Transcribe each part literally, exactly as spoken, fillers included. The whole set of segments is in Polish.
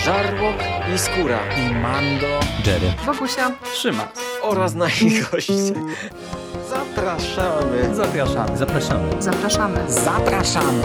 Żarłok i Skóra i Mando, Jerry, Wokusia, Szymas oraz nasi goście. Zapraszamy. Zapraszamy. Zapraszamy. Zapraszamy. Zapraszamy.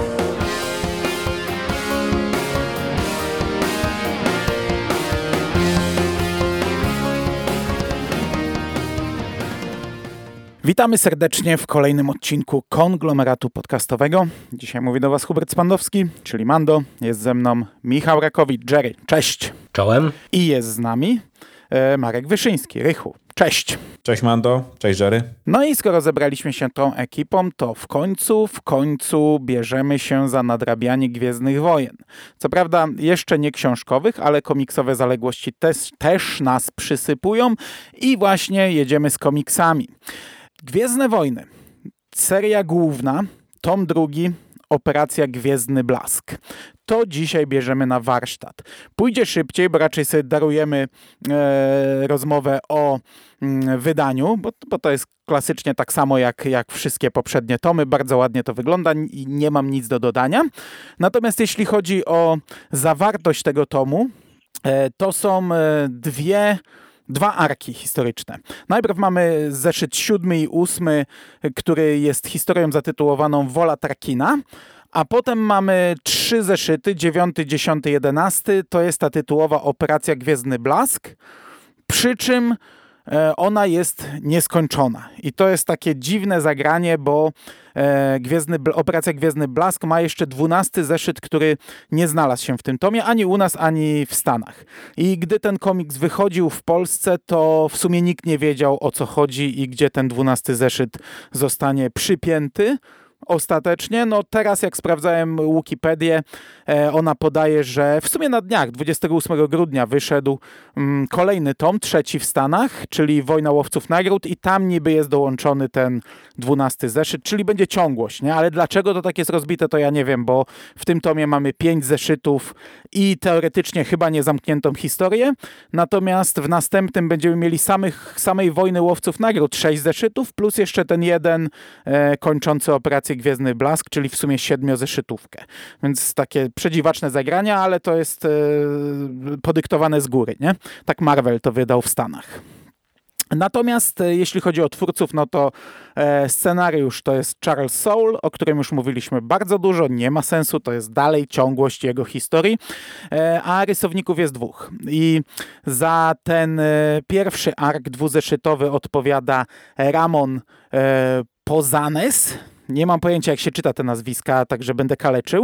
Witamy serdecznie w kolejnym odcinku Konglomeratu Podcastowego. Dzisiaj mówi do Was Hubert Spandowski, czyli Mando. Jest ze mną Michał Rakowicz, Jerry. Cześć. Czołem. I jest z nami e, Marek Wyszyński, Rychu. Cześć. Cześć Mando, cześć Jerry. No i skoro zebraliśmy się tą ekipą, to w końcu, w końcu bierzemy się za nadrabianie Gwiezdnych Wojen. Co prawda jeszcze nie książkowych, ale komiksowe zaległości też, też nas przysypują i właśnie jedziemy z komiksami. Gwiezdne Wojny. Seria główna, tom drugi, Operacja Gwiezdny Blask. To dzisiaj bierzemy na warsztat. Pójdzie szybciej, bo raczej sobie darujemy e, rozmowę o mm, wydaniu, bo, bo to jest klasycznie tak samo jak, jak wszystkie poprzednie tomy. Bardzo ładnie to wygląda i nie mam nic do dodania. Natomiast jeśli chodzi o zawartość tego tomu, e, to są e, dwie... Dwa arki historyczne. Najpierw mamy zeszyt siódmy i ósmy, który jest historią zatytułowaną Wola Tarkina, a potem mamy trzy zeszyty, dziewiąty, dziesiąty, jedenasty. To jest ta tytułowa Operacja Gwiezdny Blask, przy czym ona jest nieskończona. I to jest takie dziwne zagranie, bo e, Gwiezdny, Operacja Gwiezdny Blask ma jeszcze dwunasty zeszyt, który nie znalazł się w tym tomie, ani u nas, ani w Stanach. I gdy ten komiks wychodził w Polsce, to w sumie nikt nie wiedział, o co chodzi i gdzie ten dwunasty zeszyt zostanie przypięty. Ostatecznie, no teraz jak sprawdzałem Wikipedię, e, ona podaje, że w sumie na dniach, dwudziestego ósmego grudnia wyszedł mm, kolejny tom, trzeci w Stanach, czyli Wojna Łowców Nagród i tam niby jest dołączony ten dwunasty zeszyt, czyli będzie ciągłość, nie? Ale dlaczego to tak jest rozbite, to ja nie wiem, bo w tym tomie mamy pięć zeszytów i teoretycznie chyba niezamkniętą historię, natomiast w następnym będziemy mieli samych, samej Wojny Łowców Nagród, sześć zeszytów, plus jeszcze ten jeden e, kończący operację Gwiezdny Blask, czyli w sumie siedmiozeszytówkę. Więc takie przedziwaczne zagrania, ale to jest e, podyktowane z góry, nie? Tak Marvel to wydał w Stanach. Natomiast e, jeśli chodzi o twórców, no to e, scenariusz to jest Charles Soule, o którym już mówiliśmy bardzo dużo, nie ma sensu, to jest dalej ciągłość jego historii, e, a rysowników jest dwóch. I za ten e, pierwszy ark dwuzeszytowy odpowiada Ramon e, Posanes. Nie mam pojęcia, jak się czyta te nazwiska, także będę kaleczył.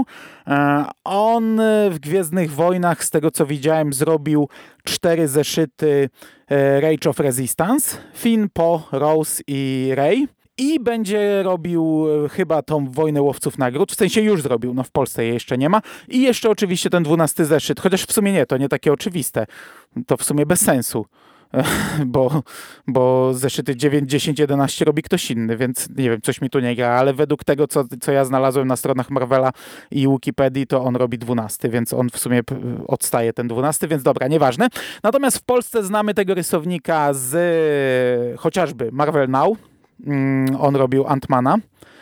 On w Gwiezdnych Wojnach, z tego co widziałem, zrobił cztery zeszyty Rage of Resistance. Finn, Poe, Rose i Rey. I będzie robił chyba tą Wojnę Łowców Nagród. W sensie już zrobił, no w Polsce jej jeszcze nie ma. I jeszcze oczywiście ten dwunasty zeszyt, chociaż w sumie nie, to nie takie oczywiste. To w sumie bez sensu. Bo, bo zeszyty dziewięć, dziesięć, jedenaście robi ktoś inny, więc nie wiem, coś mi tu nie gra, ale według tego, co, co ja znalazłem na stronach Marvela i Wikipedii, to on robi dwunasty, więc on w sumie odstaje ten dwunasty, więc dobra, nieważne. Natomiast w Polsce znamy tego rysownika z chociażby Marvel Now, on robił Ant-Mana.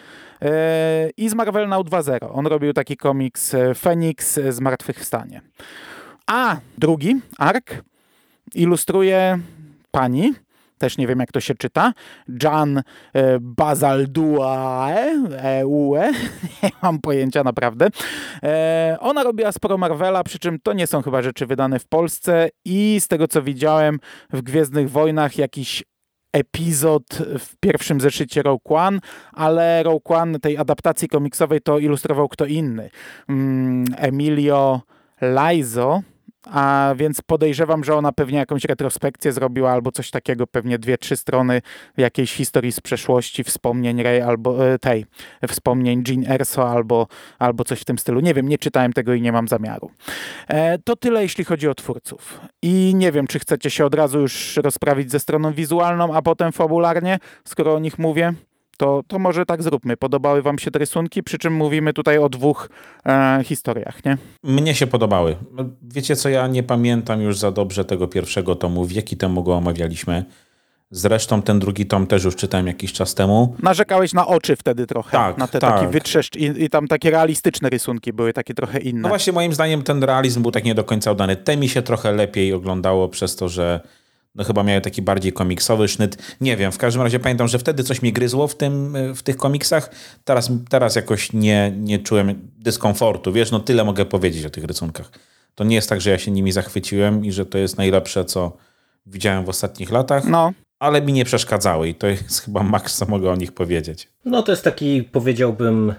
I z Marvel Now dwa zero. On robił taki komiks Phoenix Zmartwychwstanie. A drugi ark ilustruje pani, też nie wiem jak to się czyta, Jan e, Bazaldua, e, Ue, nie mam pojęcia naprawdę. E, ona robiła sporo Marvela, przy czym to nie są chyba rzeczy wydane w Polsce i z tego co widziałem w Gwiezdnych Wojnach jakiś epizod w pierwszym zeszycie Rogue One, ale Rogue One tej adaptacji komiksowej to ilustrował kto inny. Mm, Emilio Laizo, a więc podejrzewam, że ona pewnie jakąś retrospekcję zrobiła albo coś takiego, pewnie dwie, trzy strony jakiejś historii z przeszłości, wspomnień Rey albo tej, wspomnień Jean Erso albo, albo coś w tym stylu. Nie wiem, nie czytałem tego i nie mam zamiaru. E, to tyle, jeśli chodzi o twórców. I nie wiem, czy chcecie się od razu już rozprawić ze stroną wizualną, a potem fabularnie, skoro o nich mówię. To, to może tak zróbmy. Podobały wam się te rysunki? Przy czym mówimy tutaj o dwóch e, historiach, nie? Mnie się podobały. Wiecie co, ja nie pamiętam już za dobrze tego pierwszego tomu, wieki temu go omawialiśmy. Zresztą ten drugi tom też już czytałem jakiś czas temu. Narzekałeś na oczy wtedy trochę, Tak, na te tak. taki wytrzeszcz i, i tam takie realistyczne rysunki były, takie trochę inne. No właśnie moim zdaniem ten realizm był tak nie do końca udany. Te mi się trochę lepiej oglądało przez to, że no chyba miały taki bardziej komiksowy sznyt. Nie wiem, w każdym razie pamiętam, że wtedy coś mi gryzło w, tym, w tych komiksach. Teraz, teraz jakoś nie, nie czułem dyskomfortu. Wiesz, no tyle mogę powiedzieć o tych rysunkach. To nie jest tak, że ja się nimi zachwyciłem i że to jest najlepsze, co widziałem w ostatnich latach. No. Ale mi nie przeszkadzały i to jest chyba maks, co mogę o nich powiedzieć. No to jest taki, powiedziałbym,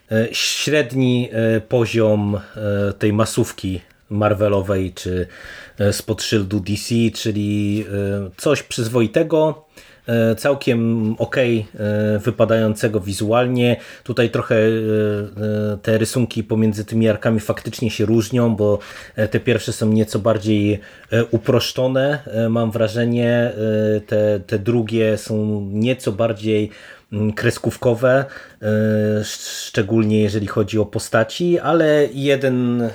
średni poziom tej masówki Marvelowej czy spod szyldu D C, czyli coś przyzwoitego, całkiem okej, wypadającego wizualnie. Tutaj trochę te rysunki pomiędzy tymi arkami faktycznie się różnią, bo te pierwsze są nieco bardziej uproszczone, mam wrażenie. Te, te drugie są nieco bardziej kreskówkowe, szczególnie jeżeli chodzi o postaci, ale jeden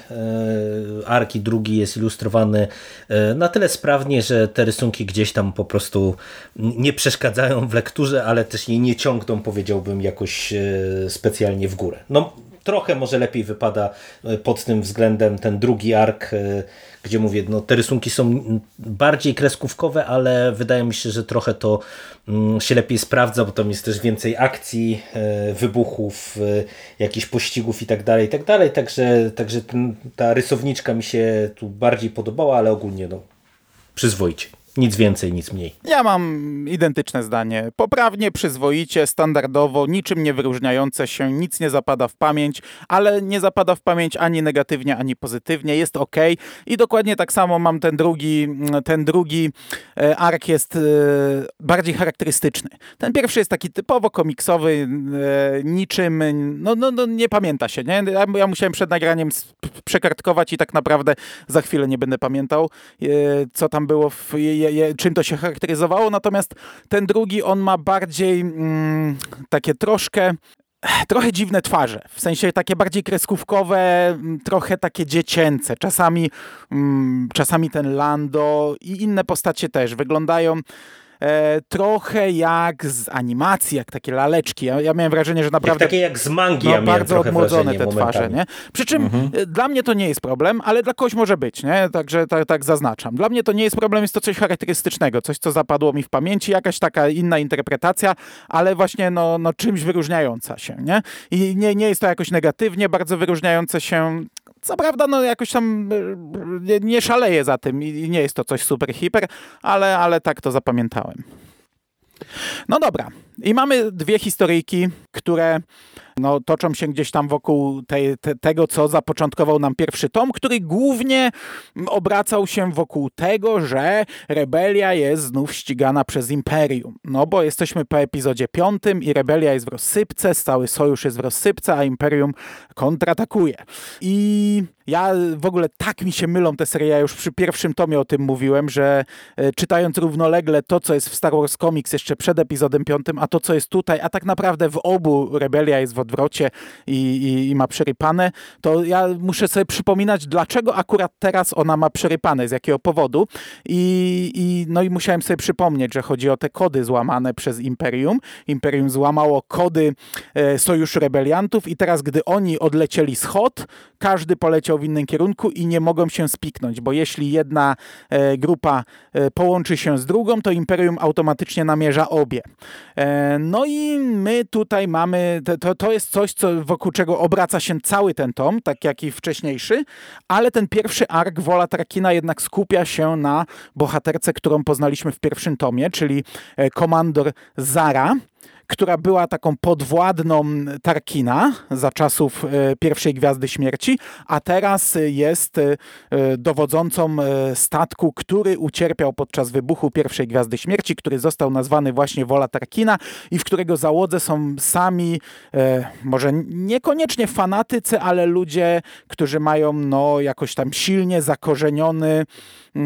ark i drugi jest ilustrowany na tyle sprawnie, że te rysunki gdzieś tam po prostu nie przeszkadzają w lekturze, ale też jej nie ciągną, powiedziałbym, jakoś specjalnie w górę. No trochę może lepiej wypada pod tym względem ten drugi ark, gdzie mówię, no te rysunki są bardziej kreskówkowe, ale wydaje mi się, że trochę to się lepiej sprawdza, bo tam jest też więcej akcji, wybuchów, jakichś pościgów i tak dalej, i tak dalej. Także, także ta rysowniczka mi się tu bardziej podobała, ale ogólnie no przyzwoicie. Nic więcej, nic mniej. Ja mam identyczne zdanie. Poprawnie, przyzwoicie, standardowo, niczym nie wyróżniające się, nic nie zapada w pamięć, ale nie zapada w pamięć ani negatywnie, ani pozytywnie. Jest ok. I dokładnie tak samo mam ten drugi, ten drugi ark jest bardziej charakterystyczny. Ten pierwszy jest taki typowo komiksowy, niczym, no, no, no nie pamięta się, nie? Ja, ja musiałem przed nagraniem przekartkować i tak naprawdę za chwilę nie będę pamiętał, co tam było w Je, je, czym to się charakteryzowało, natomiast ten drugi, on ma bardziej mm, takie troszkę trochę dziwne twarze, w sensie takie bardziej kreskówkowe, trochę takie dziecięce. Czasami, mm, czasami ten Lando i inne postacie też wyglądają E, trochę jak z animacji, jak takie laleczki. Ja, ja miałem wrażenie, że naprawdę... Jak takie jak z mangi, no, ja bardzo odmłodzone te momentami. twarze, nie? Przy czym Mhm. dla mnie to nie jest problem, ale dla kogoś może być, nie? Także tak, tak zaznaczam. Dla mnie to nie jest problem, jest to coś charakterystycznego, coś, co zapadło mi w pamięci, jakaś taka inna interpretacja, ale właśnie no, no czymś wyróżniająca się, nie? I nie, nie jest to jakoś negatywnie bardzo wyróżniające się. Co prawda, no jakoś tam nie, nie szaleję za tym i nie jest to coś super hiper, ale, ale tak to zapamiętałem. No dobra. I mamy dwie historyjki, które no, toczą się gdzieś tam wokół tej, te, tego, co zapoczątkował nam pierwszy tom, który głównie obracał się wokół tego, że rebelia jest znów ścigana przez Imperium. No bo jesteśmy po epizodzie piątym i rebelia jest w rozsypce, cały sojusz jest w rozsypce, a Imperium kontratakuje. I ja w ogóle tak mi się mylą te serie, ja już przy pierwszym tomie o tym mówiłem, że e, czytając równolegle to, co jest w Star Wars Comics jeszcze przed epizodem piątym, a to, co jest tutaj, a tak naprawdę w obu rebelia jest w odwrocie i, i, i ma przerypane, to ja muszę sobie przypominać, dlaczego akurat teraz ona ma przerypane, z jakiego powodu. I, i, no i musiałem sobie przypomnieć, że chodzi o te kody złamane przez Imperium. Imperium złamało kody e, Sojuszu Rebeliantów i teraz, gdy oni odlecieli z Hot, każdy poleciał w innym kierunku i nie mogą się spiknąć, bo jeśli jedna e, grupa e, połączy się z drugą, to Imperium automatycznie namierza obie. E, no i my tutaj mamy, to, to jest coś, co, wokół czego obraca się cały ten tom, tak jak i wcześniejszy, ale ten pierwszy ark Wola Tarkina jednak skupia się na bohaterce, którą poznaliśmy w pierwszym tomie, czyli e, komandor Zara, która była taką podwładną Tarkina za czasów e, pierwszej Gwiazdy Śmierci, a teraz jest e, dowodzącą e, statku, który ucierpiał podczas wybuchu pierwszej Gwiazdy Śmierci, który został nazwany właśnie Wola Tarkina i w którego załodze są sami, e, może niekoniecznie fanatycy, ale ludzie, którzy mają no, jakoś tam silnie zakorzeniony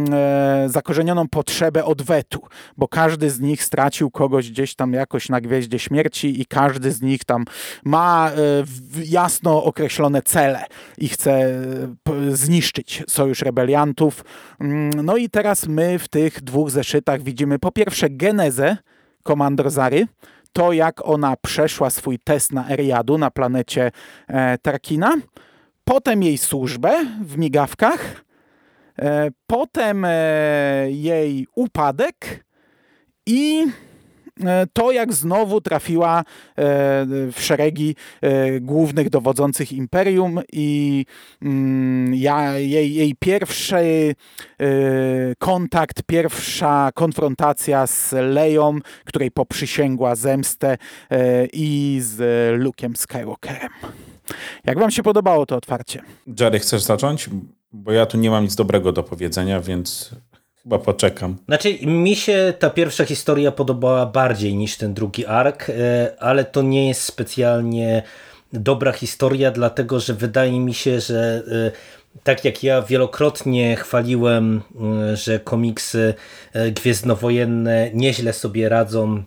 E, zakorzenioną potrzebę odwetu, bo każdy z nich stracił kogoś gdzieś tam jakoś na gwieździe Gwiaździe Śmierci i każdy z nich tam ma jasno określone cele i chce zniszczyć Sojusz Rebeliantów. No i teraz my w tych dwóch zeszytach widzimy po pierwsze genezę Komandor Zary, to jak ona przeszła swój test na Eriadu, na planecie e, Tarkina, potem jej służbę w migawkach, e, potem e, jej upadek i e, to, jak znowu trafiła e, w szeregi e, głównych dowodzących Imperium i mm, ja, jej, jej pierwszy e, kontakt, pierwsza konfrontacja z Leją, której poprzysięgła zemstę e, i z Luke'em Skywalkerem. Jak wam się podobało to otwarcie? Jerry, chcesz zacząć? Bo ja tu nie mam nic dobrego do powiedzenia, więc chyba poczekam. Znaczy, mi się ta pierwsza historia podobała bardziej niż ten drugi ark, ale to nie jest specjalnie dobra historia, dlatego że wydaje mi się, że tak jak ja wielokrotnie chwaliłem, że komiksy gwiezdnowojenne nieźle sobie radzą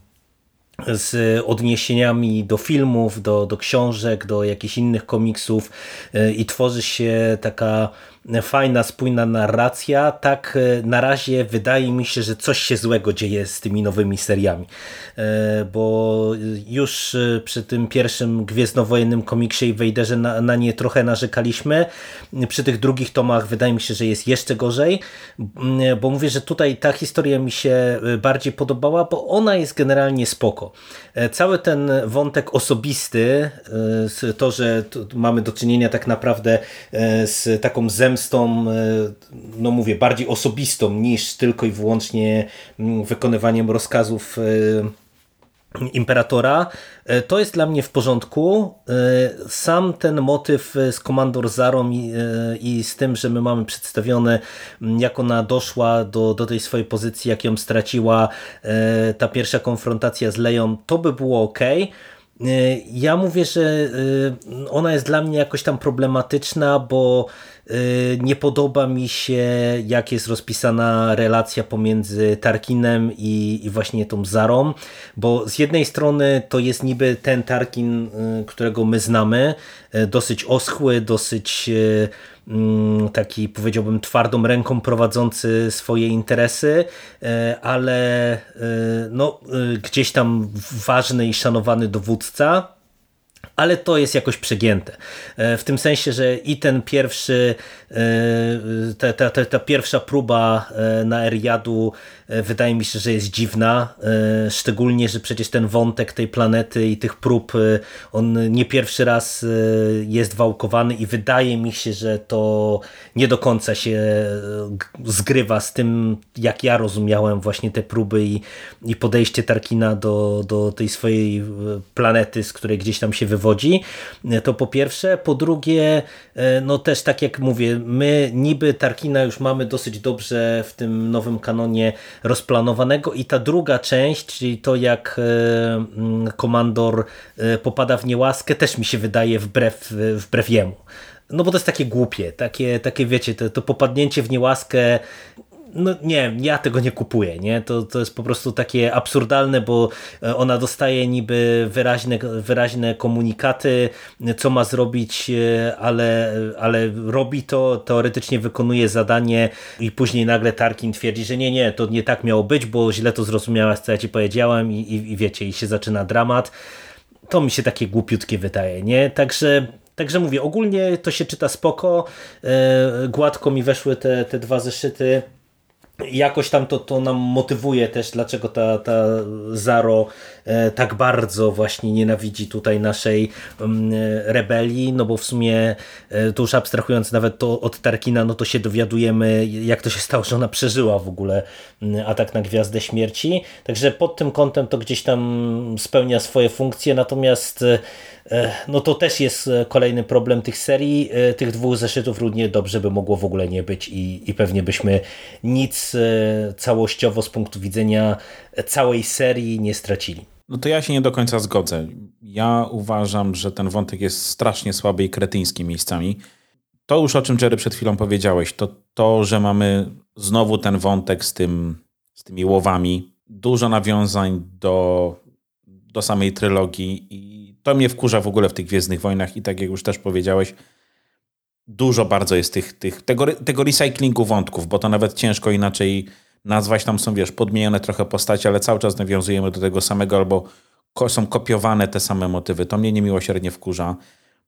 z odniesieniami do filmów, do, do książek, do jakichś innych komiksów i tworzy się taka fajna, spójna narracja, tak na razie wydaje mi się, że coś się złego dzieje z tymi nowymi seriami. Bo już przy tym pierwszym Gwiezdnowojennym komiksie i Wejderze na, na nie trochę narzekaliśmy. Przy tych drugich tomach wydaje mi się, że jest jeszcze gorzej, bo mówię, że tutaj ta historia mi się bardziej podobała, bo ona jest generalnie spoko. Cały ten wątek osobisty, to, że mamy do czynienia tak naprawdę z taką zemstą, no mówię, bardziej osobistą niż tylko i wyłącznie wykonywaniem rozkazów Imperatora, to jest dla mnie w porządku. Sam ten motyw z Komandor Zarą i, i z tym, że my mamy przedstawione, jak ona doszła do, do tej swojej pozycji, jak ją straciła, ta pierwsza konfrontacja z Leją, to by było ok. Ja mówię, że ona jest dla mnie jakoś tam problematyczna, bo nie podoba mi się, jak jest rozpisana relacja pomiędzy Tarkinem i, i właśnie tą Zarą, bo z jednej strony to jest niby ten Tarkin, którego my znamy, dosyć oschły, dosyć taki, powiedziałbym, twardą ręką prowadzący swoje interesy, ale no, gdzieś tam ważny i szanowany dowódca, ale to jest jakoś przegięte. W tym sensie, że i ten pierwszy, ta, ta, ta, ta pierwsza próba na Eriadu wydaje mi się, że jest dziwna. Szczególnie, że przecież ten wątek tej planety i tych prób, on nie pierwszy raz jest wałkowany i wydaje mi się, że to nie do końca się zgrywa z tym, jak ja rozumiałem właśnie te próby i, i podejście Tarkina do, do tej swojej planety, z której gdzieś tam się wywodzi. To po pierwsze. Po drugie, no też tak jak mówię, my niby Tarkina już mamy dosyć dobrze w tym nowym kanonie rozplanowanego i ta druga część, czyli to jak komandor popada w niełaskę, też mi się wydaje wbrew, wbrew jemu. No bo to jest takie głupie, takie, takie wiecie, to, to popadnięcie w niełaskę, no nie, ja tego nie kupuję, nie? To, to jest po prostu takie absurdalne, bo ona dostaje niby wyraźne, wyraźne komunikaty, co ma zrobić, ale, ale robi to, teoretycznie wykonuje zadanie i później nagle Tarkin twierdzi, że nie, nie, to nie tak miało być, bo źle to zrozumiałaś, co ja ci powiedziałem i, i, i wiecie, i się zaczyna dramat. To mi się takie głupiutkie wydaje, nie? Także Także mówię, ogólnie to się czyta spoko, gładko mi weszły te, te dwa zeszyty. Jakoś tam to, to nam motywuje też, dlaczego ta, ta Zaro e, tak bardzo właśnie nienawidzi tutaj naszej m, rebelii, no bo w sumie e, to już abstrahując nawet to od Tarkina, no to się dowiadujemy, jak to się stało, że ona przeżyła w ogóle m, atak na Gwiazdę Śmierci. Także pod tym kątem to gdzieś tam spełnia swoje funkcje, natomiast e, no to też jest kolejny problem tych serii. Tych dwóch zeszytów równie dobrze by mogło w ogóle nie być i, i pewnie byśmy nic całościowo z punktu widzenia całej serii nie stracili. No to ja się nie do końca zgodzę. Ja uważam, że ten wątek jest strasznie słaby i kretyński miejscami. To już o czym Jerry przed chwilą powiedziałeś, to to, że mamy znowu ten wątek z tym, z tymi łowami, dużo nawiązań do do samej trylogii i to mnie wkurza w ogóle w tych Gwiezdnych Wojnach i tak jak już też powiedziałeś, dużo bardzo jest tych, tych, tego, tego recyklingu wątków, bo to nawet ciężko inaczej nazwać. Tam są, wiesz, podmienione trochę postacie, ale cały czas nawiązujemy do tego samego albo są kopiowane te same motywy. To mnie niemiłosiernie wkurza.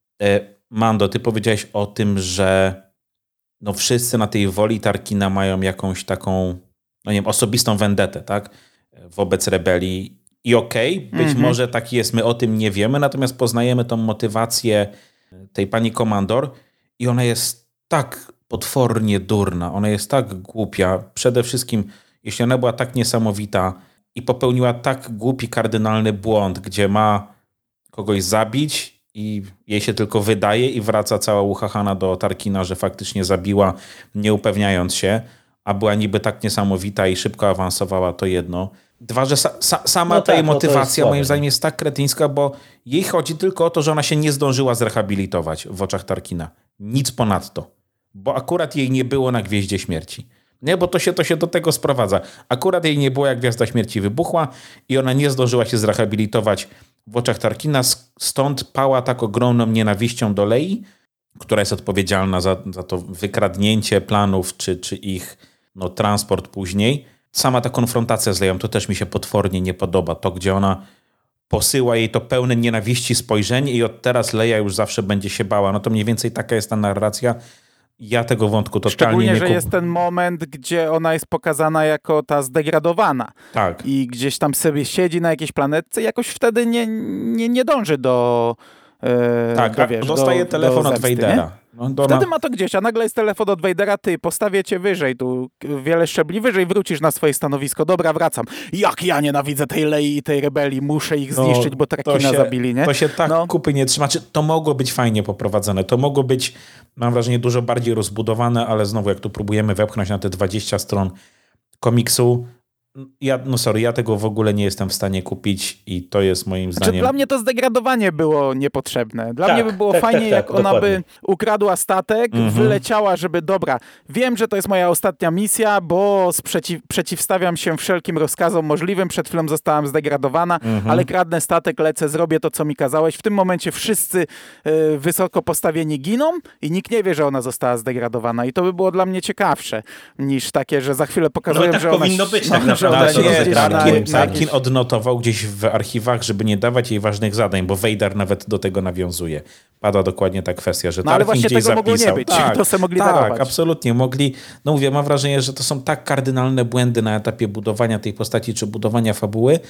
Mando, ty powiedziałeś o tym, że no wszyscy na tej woli Tarkina mają jakąś taką, no nie wiem, osobistą vendetę, tak? Wobec rebelii. I okej, okay, być mm-hmm. może tak jest, my o tym nie wiemy, natomiast poznajemy tą motywację tej pani komandor i ona jest tak potwornie durna, ona jest tak głupia. Przede wszystkim, jeśli ona była tak niesamowita i popełniła tak głupi, kardynalny błąd, gdzie ma kogoś zabić i jej się tylko wydaje i wraca cała uchachana do Tarkina, że faktycznie zabiła, nie upewniając się, a była niby tak niesamowita i szybko awansowała, to jedno. Dwa, że sa, sa, sama no ta jej tak, motywacja no moim zdaniem jest tak kretyńska, bo jej chodzi tylko o to, że ona się nie zdążyła zrehabilitować w oczach Tarkina. Nic ponadto. Bo akurat jej nie było na Gwieździe Śmierci. Nie, bo to się, to się do tego sprowadza. Akurat jej nie było, jak Gwiazda Śmierci wybuchła i ona nie zdążyła się zrehabilitować w oczach Tarkina, stąd pała tak ogromną nienawiścią do Lei, która jest odpowiedzialna za, za to wykradnięcie planów, czy, czy ich no, transport później. Sama ta konfrontacja z Leją, to też mi się potwornie nie podoba. To, gdzie ona posyła jej to pełne nienawiści spojrzenie i od teraz Leia już zawsze będzie się bała. No to mniej więcej taka jest ta narracja. Ja tego wątku totalnie Szczególnie, nie... że kup... jest ten moment, gdzie ona jest pokazana jako ta zdegradowana. Tak. I gdzieś tam sobie siedzi na jakiejś planetce i jakoś wtedy nie, nie, nie dąży do... Yy, tak, do, wiesz, dostaje do, telefon do od zemsty, Vadera. No, do Wtedy na... ma to gdzieś, a nagle jest telefon od Vadera, ty, postawię cię wyżej, tu wiele szczebli wyżej, wrócisz na swoje stanowisko, dobra, wracam. Jak ja nienawidzę tej Lei i tej rebelii, muszę ich zniszczyć, no, bo Tarkina zabili, nie? To się tak no. kupy nie trzyma. Czy to mogło być fajnie poprowadzone, to mogło być, mam wrażenie, dużo bardziej rozbudowane, ale znowu, jak tu próbujemy wepchnąć na te dwadzieścia stron komiksu, ja, no sorry, ja tego w ogóle nie jestem w stanie kupić i to jest moim zdaniem... Znaczy, dla mnie to zdegradowanie było niepotrzebne. Dla tak, mnie by było tak, fajnie, tak, jak tak, ona dokładnie. by ukradła statek, Mhm. wyleciała, żeby dobra, wiem, że to jest moja ostatnia misja, bo sprzeciw, przeciwstawiam się wszelkim rozkazom możliwym, przed chwilą zostałam zdegradowana, Mhm. ale kradnę statek, lecę, zrobię to, co mi kazałeś. W tym momencie wszyscy y, wysoko postawieni giną i nikt nie wie, że ona została zdegradowana i to by było dla mnie ciekawsze, niż takie, że za chwilę pokazują, no tak że ona... powinno być no, tak że ona naprawdę. się Nie, gdzieś rozegrane, na- Tarkin, moim zdaniem. Tarkin odnotował gdzieś w archiwach, żeby nie dawać jej ważnych zadań, bo Vader nawet do tego nawiązuje. Pada dokładnie ta kwestia, że No ale Tarkin właśnie gdzieś tego mogło zapisał. nie być. Tak, To se mogli tak, darować. absolutnie. Mogli, no mówię, mam wrażenie, że to są tak kardynalne błędy na etapie budowania tej postaci, czy budowania fabuły.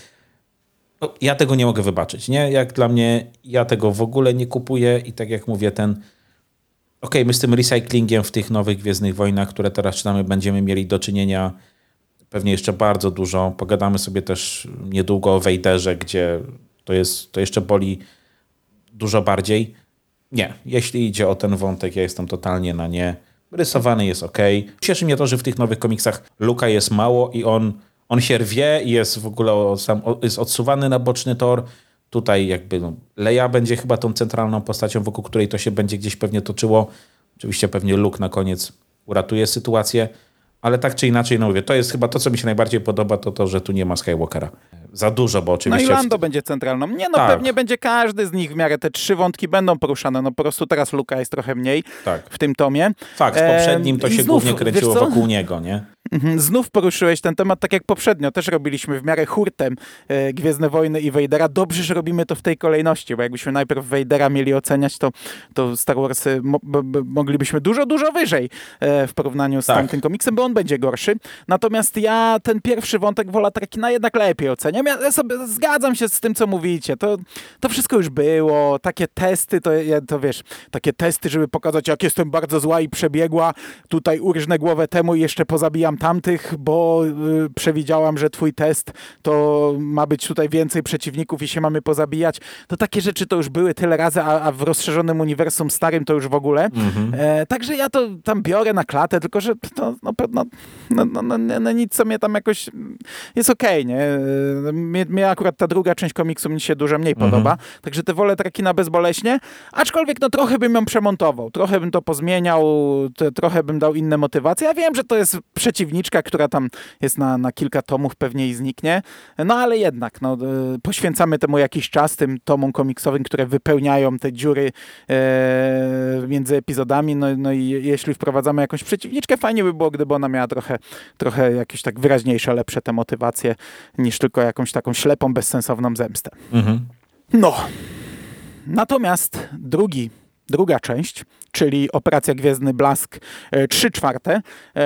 No, ja tego nie mogę wybaczyć, nie? Jak dla mnie, ja tego w ogóle nie kupuję i tak jak mówię, ten okej, okay, my z tym recyklingiem w tych nowych Gwiezdnych Wojnach, które teraz czytamy, będziemy mieli do czynienia pewnie jeszcze bardzo dużo. Pogadamy sobie też niedługo o Vaderze, gdzie to jest, to jeszcze boli dużo bardziej. Nie, jeśli idzie o ten wątek, ja jestem totalnie na nie. Rysowany jest okej. Okay. Cieszy mnie to, że w tych nowych komiksach Luka jest mało i on, on się rwie i jest w ogóle sam, jest odsuwany na boczny tor. Tutaj jakby no, Leia będzie chyba tą centralną postacią, wokół której to się będzie gdzieś pewnie toczyło. Oczywiście pewnie Luke na koniec uratuje sytuację. Ale tak czy inaczej, no mówię, to jest chyba to, co mi się najbardziej podoba, to to, że tu nie ma Skywalkera. Za dużo, bo oczywiście... No i Lando w... będzie centralną. Nie no, tak. pewnie będzie każdy z nich w miarę. Te trzy wątki będą poruszane. No po prostu teraz Luka jest trochę mniej tak. w tym tomie. Fakt, w poprzednim to e, się znów, głównie kręciło wokół niego, nie? Znów poruszyłeś ten temat, tak jak poprzednio. Też robiliśmy w miarę hurtem e, Gwiezdne Wojny i Vadera. Dobrze, że robimy to w tej kolejności, bo jakbyśmy najpierw Vadera mieli oceniać, to, to Star Wars mo, b, b, moglibyśmy dużo, dużo wyżej e, w porównaniu z tak. tamtym komiksem, bo on będzie gorszy. Natomiast ja ten pierwszy wątek Wola Tarkina jednak lepiej oceniam. Ja sobie zgadzam się z tym, co mówicie. To, to wszystko już było. Takie testy, to, to wiesz, takie testy, żeby pokazać, jak jestem bardzo zła i przebiegła. Tutaj urżnę głowę temu i jeszcze pozabijam tamtych, bo y, przewidziałam, że twój test to ma być tutaj więcej przeciwników i się mamy pozabijać. To takie rzeczy to już były tyle razy, a, a w rozszerzonym uniwersum starym to już w ogóle. Mhm. E, także ja to tam biorę na klatę, tylko że to no, no, no, no, no, no, no nic, co mnie tam jakoś jest okej, okay, nie? Mnie, mnie akurat ta druga część komiksu mi się dużo mniej mhm. podoba, także te wolę Tarkina bezboleśnie, aczkolwiek no trochę bym ją przemontował, trochę bym to pozmieniał, to, trochę bym dał inne motywacje. Ja wiem, że to jest przeciw przeciwniczka, która tam jest na, na kilka tomów, pewnie i zniknie. No ale jednak, no, poświęcamy temu jakiś czas, tym tomom komiksowym, które wypełniają te dziury e, między epizodami. No, no i jeśli wprowadzamy jakąś przeciwniczkę, fajnie by było, gdyby ona miała trochę, trochę jakieś tak wyraźniejsze, lepsze te motywacje, niż tylko jakąś taką ślepą, bezsensowną zemstę. Mhm. No. Natomiast drugi, druga część, czyli Operacja Gwiezdny Blask trzy czwarte,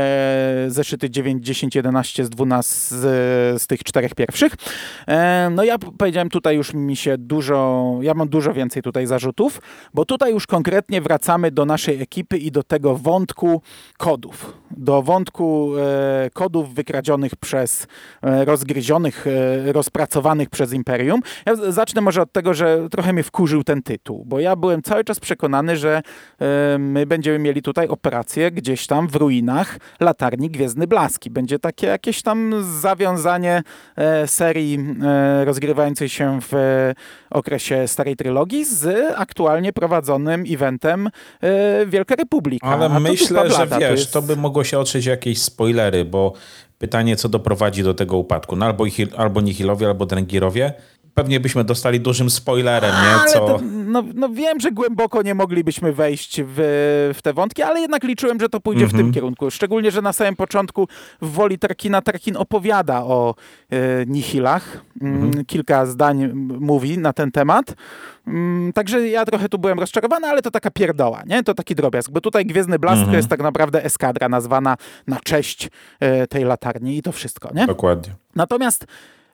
e, zeszyty dziewięć, dziesięć, jedenaście z dwunastu z, z tych czterech pierwszych. E, no ja powiedziałem, tutaj już mi się dużo, ja mam dużo więcej tutaj zarzutów, bo tutaj już konkretnie wracamy do naszej ekipy i do tego wątku kodów. Do wątku e, kodów wykradzionych przez, e, rozgryzionych, e, rozpracowanych przez Imperium. Ja z, zacznę może od tego, że trochę mnie wkurzył ten tytuł, bo ja byłem cały czas przekonany, że e, my będziemy mieli tutaj operację gdzieś tam w ruinach latarni Gwiezdny Blaski. Będzie takie jakieś tam zawiązanie e, serii e, rozgrywającej się w e, okresie Starej Trylogii z aktualnie prowadzonym eventem e, Wielka Republika. Ale A myślę, że lata, wiesz, to, jest... to by mogło się otrzeć jakieś spoilery, bo pytanie, co doprowadzi do tego upadku. No albo, albo Nihilowie, albo Drengirowie. Pewnie byśmy dostali dużym spoilerem, nie? Co... Ale to, no, no wiem, że głęboko nie moglibyśmy wejść w, w te wątki, ale jednak liczyłem, że to pójdzie mm-hmm. w tym kierunku. Szczególnie, że na samym początku w Woli Tarkina Tarkin opowiada o e, Nihilach. Mm-hmm. Kilka zdań mówi na ten temat. Mm, także ja trochę tu byłem rozczarowany, ale to taka pierdoła, nie? To taki drobiazg, bo tutaj Gwiezdny Blask mm-hmm. to jest tak naprawdę eskadra nazwana na cześć e, tej latarni i to wszystko, nie? Dokładnie. Natomiast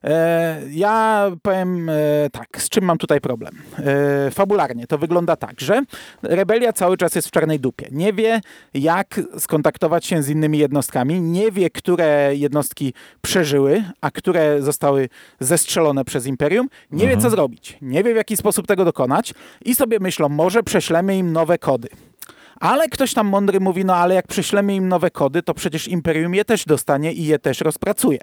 E, ja powiem e, tak, z czym mam tutaj problem. E, fabularnie to wygląda tak, że rebelia cały czas jest w czarnej dupie. Nie wie, jak skontaktować się z innymi jednostkami, nie wie, które jednostki przeżyły, a które zostały zestrzelone przez Imperium, nie mhm. wie, co zrobić, nie wie, w jaki sposób tego dokonać i sobie myślą, może prześlemy im nowe kody. Ale ktoś tam mądry mówi, no ale jak prześlemy im nowe kody, to przecież Imperium je też dostanie i je też rozpracuje.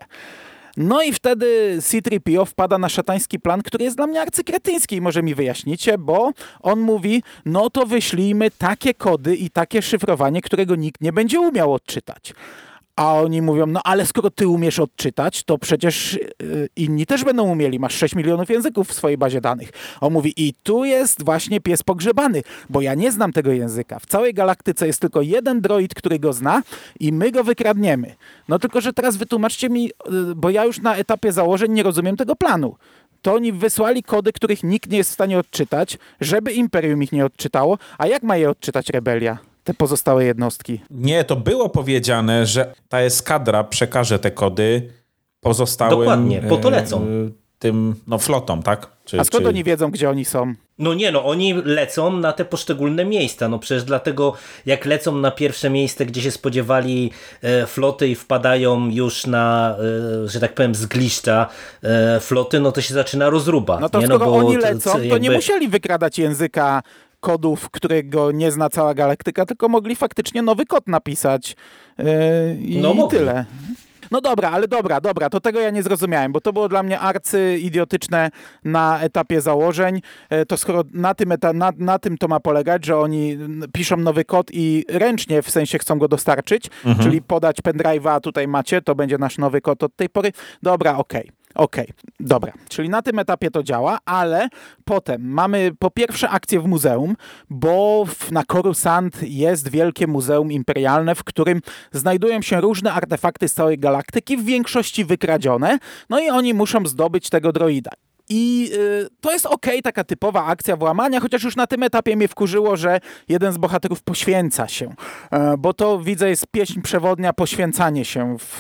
No i wtedy C trzy P O wpada na szatański plan, który jest dla mnie arcykretyński. Może mi wyjaśnicie, bo on mówi, no to wyślijmy takie kody i takie szyfrowanie, którego nikt nie będzie umiał odczytać. A oni mówią, no ale skoro ty umiesz odczytać, to przecież yy, inni też będą umieli. Masz sześć milionów języków w swojej bazie danych. On mówi, i tu jest właśnie pies pogrzebany, bo ja nie znam tego języka. W całej galaktyce jest tylko jeden droid, który go zna i my go wykradniemy. No tylko, że teraz wytłumaczcie mi, yy, bo ja już na etapie założeń nie rozumiem tego planu. To oni wysłali kody, których nikt nie jest w stanie odczytać, żeby Imperium ich nie odczytało. A jak ma je odczytać rebelia? Te pozostałe jednostki. Nie, to było powiedziane, że ta eskadra przekaże te kody pozostałym... Dokładnie, po to lecą. E, tym, no flotom, tak? Czy, A skąd czy... oni wiedzą, gdzie oni są? No nie, no oni lecą na te poszczególne miejsca, no przecież dlatego jak lecą na pierwsze miejsce, gdzie się spodziewali e, floty i wpadają już na, e, że tak powiem, zgliszcza e, floty, no to się zaczyna rozruba. No to nie? skoro no, bo oni lecą, to, jakby... nie musieli wykradać języka kodów, którego nie zna cała galaktyka, tylko mogli faktycznie nowy kod napisać yy, i, no i tyle. No dobra, ale dobra, dobra, to tego ja nie zrozumiałem, bo to było dla mnie arcyidiotyczne na etapie założeń. To skoro na tym, eta- na, na tym to ma polegać, że oni piszą nowy kod i ręcznie, w sensie chcą go dostarczyć, mhm. czyli podać pendrive'a, tutaj macie, to będzie nasz nowy kod od tej pory. Dobra, okej. Okay. Okej, okay, dobra. Czyli na tym etapie to działa, ale potem mamy po pierwsze akcję w muzeum, bo w, na Coruscant jest wielkie muzeum imperialne, w którym znajdują się różne artefakty z całej galaktyki, w większości wykradzione, no i oni muszą zdobyć tego droida. I y, to jest okej, okay, taka typowa akcja włamania, chociaż już na tym etapie mnie wkurzyło, że jeden z bohaterów poświęca się, y, bo to widzę jest pieśń przewodnia poświęcanie się w,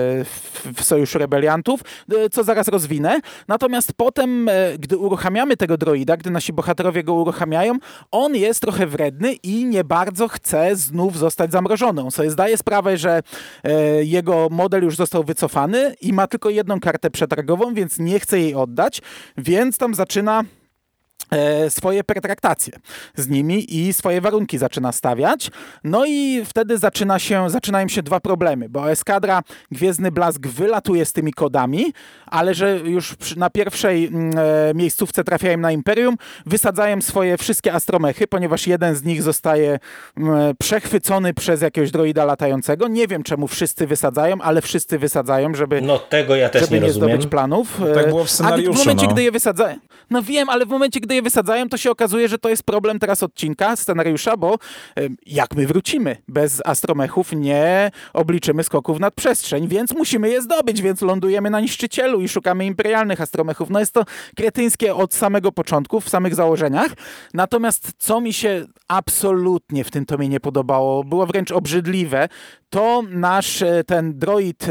w, w Sojuszu Rebeliantów, y, co zaraz rozwinę. Natomiast potem, y, gdy uruchamiamy tego droida, gdy nasi bohaterowie go uruchamiają, on jest trochę wredny i nie bardzo chce znów zostać zamrożony. On sobie zdaje sprawę, że y, jego model już został wycofany i ma tylko jedną kartę przetargową, więc nie chce jej oddać. Więc tam zaczyna swoje pertraktacje z nimi i swoje warunki zaczyna stawiać. No i wtedy zaczyna się, zaczynają się dwa problemy, bo eskadra Gwiezdny Blask wylatuje z tymi kodami, ale że już na pierwszej e, miejscówce trafiają na Imperium, wysadzają swoje wszystkie astromechy, ponieważ jeden z nich zostaje e, przechwycony przez jakiegoś droida latającego. Nie wiem, czemu wszyscy wysadzają, ale wszyscy wysadzają, żeby, no, tego ja też żeby nie, nie rozumiem. zdobyć planów. Tak było w scenariuszu. A w momencie, no. gdy je wysadzają... No wiem, ale w momencie, gdy je wysadzają, to się okazuje, że to jest problem teraz odcinka, scenariusza, bo y, jak my wrócimy? Bez astromechów nie obliczymy skoków nad przestrzeń, więc musimy je zdobyć, więc lądujemy na niszczycielu i szukamy imperialnych astromechów. No jest to kretyńskie od samego początku, w samych założeniach. Natomiast co mi się absolutnie w tym tomie nie podobało, było wręcz obrzydliwe, to nasz ten droid,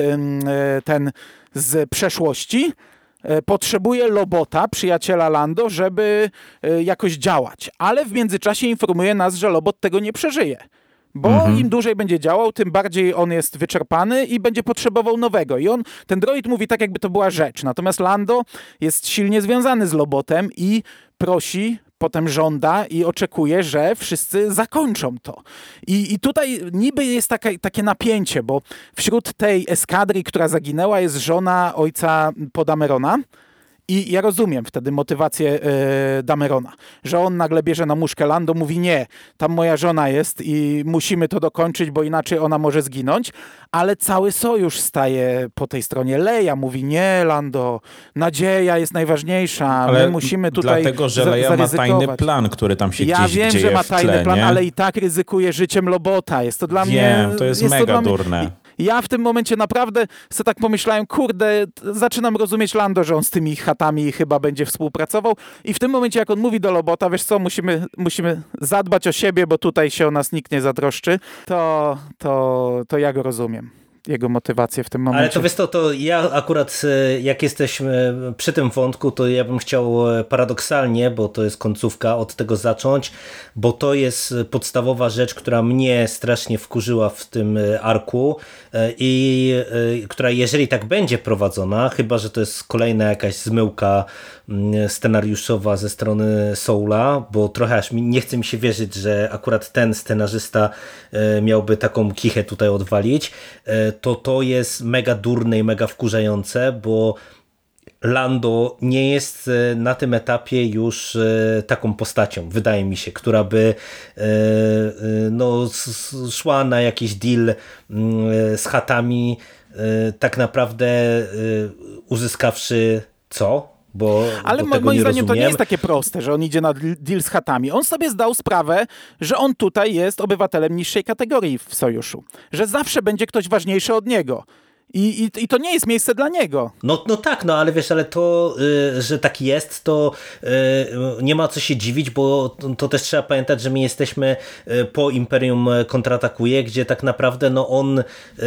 ten z przeszłości, potrzebuje Lobota, przyjaciela Lando, żeby jakoś działać. Ale w międzyczasie informuje nas, że Lobot tego nie przeżyje. Bo mhm. im dłużej będzie działał, tym bardziej on jest wyczerpany i będzie potrzebował nowego. I on, ten droid mówi tak, jakby to była rzecz. Natomiast Lando jest silnie związany z Lobotem i prosi, potem żąda i oczekuje, że wszyscy zakończą to. I, i tutaj niby jest taka, takie napięcie, bo wśród tej eskadry, która zaginęła, jest żona ojca Podamerona. I ja rozumiem wtedy motywację e, Damerona, że on nagle bierze na muszkę Lando, mówi nie, tam moja żona jest i musimy to dokończyć, bo inaczej ona może zginąć, ale cały sojusz staje po tej stronie. Leia mówi nie, Lando, nadzieja jest najważniejsza, ale my musimy tutaj dlatego, że Leia ma tajny plan, który tam się ja gdzieś wiem, dzieje że ma w tajny tle, plan, nie? ale i tak ryzykuje życiem Lobota. Jest to dla wiem, mnie... Wiem, to jest, jest mega to mnie, durne. Ja w tym momencie naprawdę sobie tak pomyślałem, kurde, zaczynam rozumieć Lando, że on z tymi chatami chyba będzie współpracował i w tym momencie, jak on mówi do Lobota, wiesz co, musimy, musimy zadbać o siebie, bo tutaj się o nas nikt nie zatroszczy, to, to, to ja go rozumiem. Jego motywację w tym momencie. Ale to wiesz to, to ja akurat jak jesteśmy przy tym wątku, to ja bym chciał paradoksalnie, bo to jest końcówka, od tego zacząć, bo to jest podstawowa rzecz, która mnie strasznie wkurzyła w tym arku i która jeżeli tak będzie prowadzona, chyba że to jest kolejna jakaś zmyłka scenariuszowa ze strony Soula, bo trochę aż mi, nie chce mi się wierzyć, że akurat ten scenarzysta miałby taką kichę tutaj odwalić, to to jest mega durne i mega wkurzające, bo Lando nie jest na tym etapie już taką postacią, wydaje mi się, która by no, szła na jakiś deal z chatami, tak naprawdę uzyskawszy co? Bo, Ale bo moim zdaniem rozumiem. to nie jest takie proste, że on idzie na deal z chatami. On sobie zdał sprawę, że on tutaj jest obywatelem niższej kategorii w sojuszu. Że zawsze będzie ktoś ważniejszy od niego. I, i, I to nie jest miejsce dla niego. No, no tak, no ale wiesz, ale to, y, że tak jest, to y, nie ma co się dziwić, bo to, to też trzeba pamiętać, że my jesteśmy y, po Imperium kontratakuje, gdzie tak naprawdę no, on y,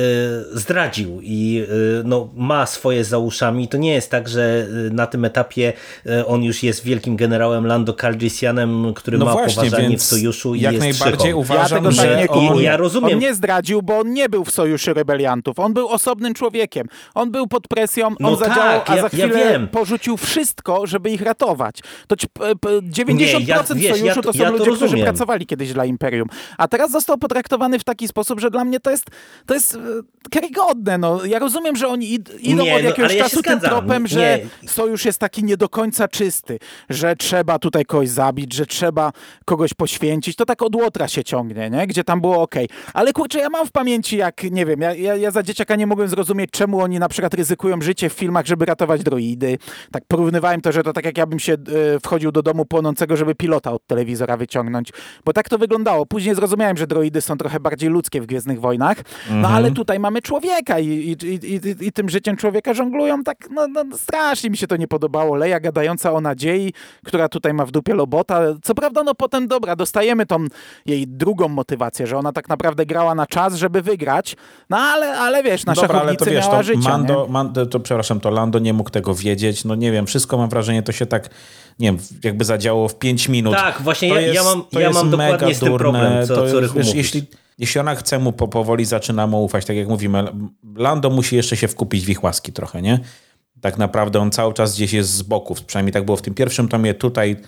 zdradził i y, no, ma swoje za uszami. To nie jest tak, że na tym etapie y, on już jest wielkim generałem Lando Calrissianem, który no ma właśnie, poważanie w sojuszu i jak jest najbardziej szychą. uważam, ja tego że tak nie on... kupuję. Ja rozumiem. On nie zdradził, bo on nie był w sojuszu rebeliantów. On był osobnym człowiekiem. On był pod presją, on no zadziałał, tak, a ja, za chwilę ja wiem. porzucił wszystko, żeby ich ratować. To dziewięćdziesiąt procent nie, ja, sojuszu wiesz, to ja, są ja to ludzie, którzy rozumiem. pracowali kiedyś dla Imperium. A teraz został potraktowany w taki sposób, że dla mnie to jest, to jest karygodne. No. Ja rozumiem, że oni id idą nie, od no, jakiegoś ale ja czasu się tym zgadzam. tropem, Nie. że sojusz jest taki nie do końca czysty, że trzeba tutaj kogoś zabić, że trzeba kogoś poświęcić. To tak od Łotra się ciągnie, nie? Gdzie tam było okej. Okay. Ale kurczę, ja mam w pamięci, jak, nie wiem, ja, ja, ja za dzieciaka nie mogłem zrozumieć, czemu oni na przykład ryzykują życie w filmach, żeby ratować droidy. Tak porównywałem to, że to tak jak ja bym się e, wchodził do domu płonącego, żeby pilota od telewizora wyciągnąć. Bo tak to wyglądało. Później zrozumiałem, że droidy są trochę bardziej ludzkie w Gwiezdnych Wojnach. No Mhm. ale tutaj mamy człowieka i, i, i, i, i tym życiem człowieka żonglują tak, no, no strasznie mi się to nie podobało. Leia gadająca o nadziei, która tutaj ma w dupie Lobota. Co prawda, no potem dobra, dostajemy tą jej drugą motywację, że ona tak naprawdę grała na czas, żeby wygrać. No ale, ale wiesz, na Dobra, ale to szachownicy wiesz, miała to życia. Mando, Mando, to przepraszam, to Lando nie mógł tego wiedzieć, no nie wiem, wszystko mam wrażenie, to się tak, nie wiem, jakby zadziało w pięć minut. Tak, właśnie to ja, jest, ja mam, to ja jest mam dokładnie z tym durne, problem, co, to co jest, Rychu wiesz, jeśli, jeśli ona chce mu po, powoli zaczyna mu ufać, tak jak mówimy, Lando musi jeszcze się wkupić w ich łaski trochę, nie? Tak naprawdę on cały czas gdzieś jest z boków, przynajmniej tak było w tym pierwszym tomie, tutaj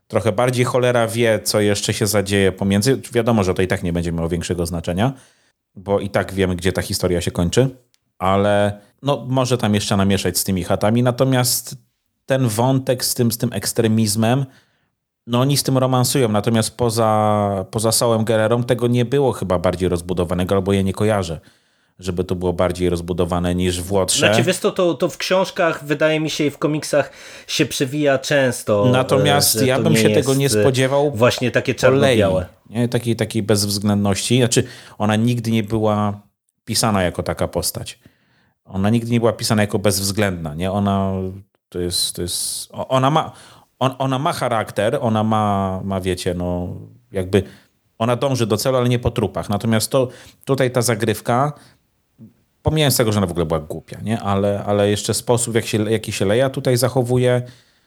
trochę bardziej. Cholera wie, co jeszcze się zadzieje pomiędzy. Wiadomo, że to i tak nie będzie miało większego znaczenia, bo i tak wiemy, gdzie ta historia się kończy, ale no, może tam jeszcze namieszać z tymi chatami. Natomiast ten wątek z tym, z tym ekstremizmem, no oni z tym romansują, natomiast poza, poza Saulem Guerrerą tego nie było chyba bardziej rozbudowanego, albo je nie kojarzę, żeby to było bardziej rozbudowane niż w Łotrze. Znaczy wiesz to, to, to w książkach, wydaje mi się, i w komiksach się przewija często. Natomiast ja bym się tego nie spodziewał właśnie takie czarno-białe. Nie? Takiej, takiej bezwzględności. Znaczy ona nigdy nie była pisana jako taka postać. Ona nigdy nie była pisana jako bezwzględna. Nie? Ona to jest, to jest ona ma on, ona ma charakter, ona ma, ma wiecie, no jakby ona dąży do celu, ale nie po trupach. Natomiast to tutaj ta zagrywka, pomijając tego, że ona w ogóle była głupia, nie? Ale, ale jeszcze sposób, jak się, jaki się Leia tutaj zachowuje,